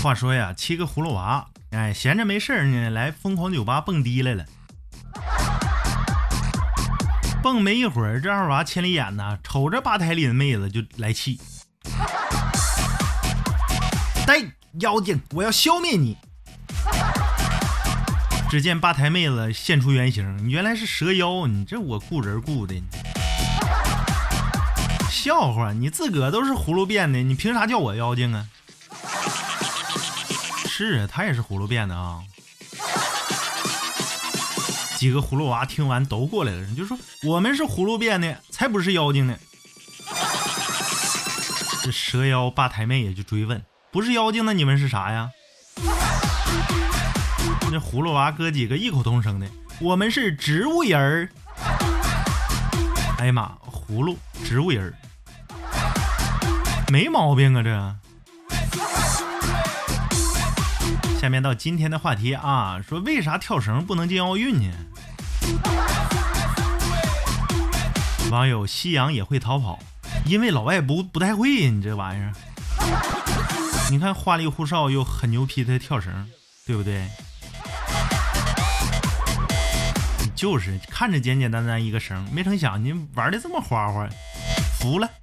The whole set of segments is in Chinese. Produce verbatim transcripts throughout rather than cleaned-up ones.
话说呀，七个葫芦娃，哎，闲着没事呢，来疯狂酒吧蹦迪来了。蹦没一会儿，这二娃千里眼呐，瞅着吧台里的妹子就来气。呆妖精，我要消灭你！只见吧台妹子现出原形，你原来是蛇妖，你这我雇人雇的。笑话，你自个都是葫芦变的，你凭啥叫我妖精啊？是啊，他也是葫芦变的啊。几个葫芦娃听完都过来了，就说我们是葫芦变的，才不是妖精呢。这蛇妖吧台妹也就追问，不是妖精的你们是啥呀？这葫芦娃哥几个异口同声的，我们是植物人儿。哎呀妈，葫芦植物人儿没毛病啊这。下面到今天的话题啊，说为啥跳绳不能进奥运呢？网友夕阳也会逃跑，因为老外不不太会，你这玩意儿。你看花里胡哨又很牛批的跳绳，对不对？就是看着简简单单一个绳，没成想你玩的这么花花，服了。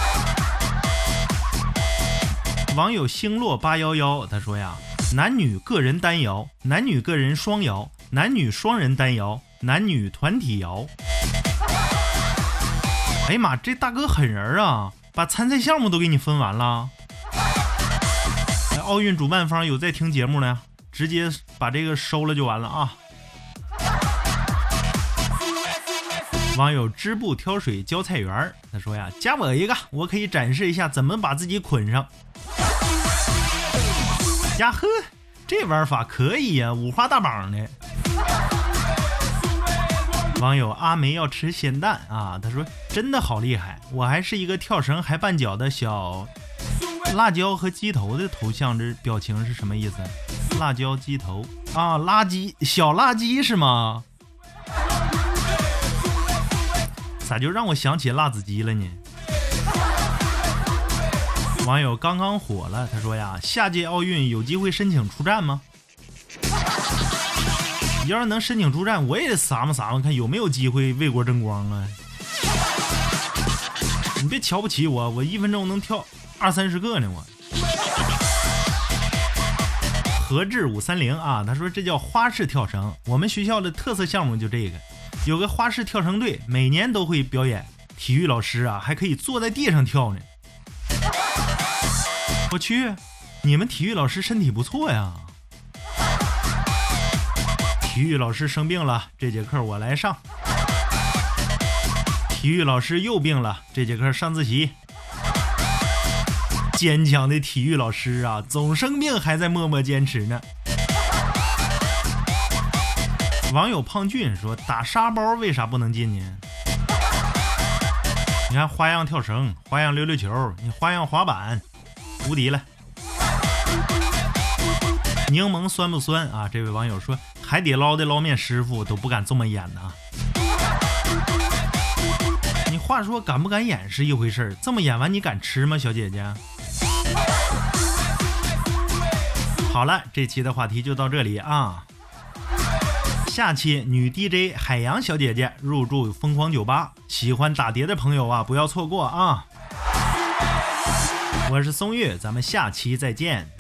网友星落八一一他说呀，男女个人单摇，男女个人双摇，男女双人单摇，男女团体摇。哎呀妈，这大哥狠人啊，把参赛项目都给你分完了。哎，奥运主办方有在听节目呢，直接把这个收了就完了啊。网友织布挑水浇菜园，他说呀，加我一个，我可以展示一下怎么把自己捆上。呀呵，这玩法可以呀、啊，五花大绑的。网友阿梅要吃咸蛋啊，他说真的好厉害，我还是一个跳绳还绊脚的小辣椒和鸡头的头像，这表情是什么意思？辣椒鸡头啊，垃圾小垃圾是吗？咋就让我想起辣子鸡了呢？网友刚刚火了，他说呀，下届奥运有机会申请出战吗？要是能申请出战，我也得撒嘛撒嘛，看有没有机会为国争光啊！你别瞧不起我，我一分钟能跳二三十个呢我。何志五三零啊，他说这叫花式跳绳，我们学校的特色项目就这个。有个花式跳绳队，每年都会表演，体育老师啊还可以坐在地上跳呢。我去，你们体育老师身体不错呀。体育老师生病了，这节课我来上。体育老师又病了，这节课上自习。坚强的体育老师啊，总生病还在默默坚持呢。网友胖俊说，打沙包为啥不能进呢？你看花样跳绳，花样溜溜球，你花样滑板无敌了。柠檬酸不酸啊？这位网友说，海底捞的捞面师傅都不敢这么演呐。你话说敢不敢演是一回事，这么演完你敢吃吗，小姐姐？好了，这期的话题就到这里啊。下期女 D J 海洋小姐姐入驻疯狂酒吧，喜欢打碟的朋友啊，不要错过啊！我是松月，咱们下期再见。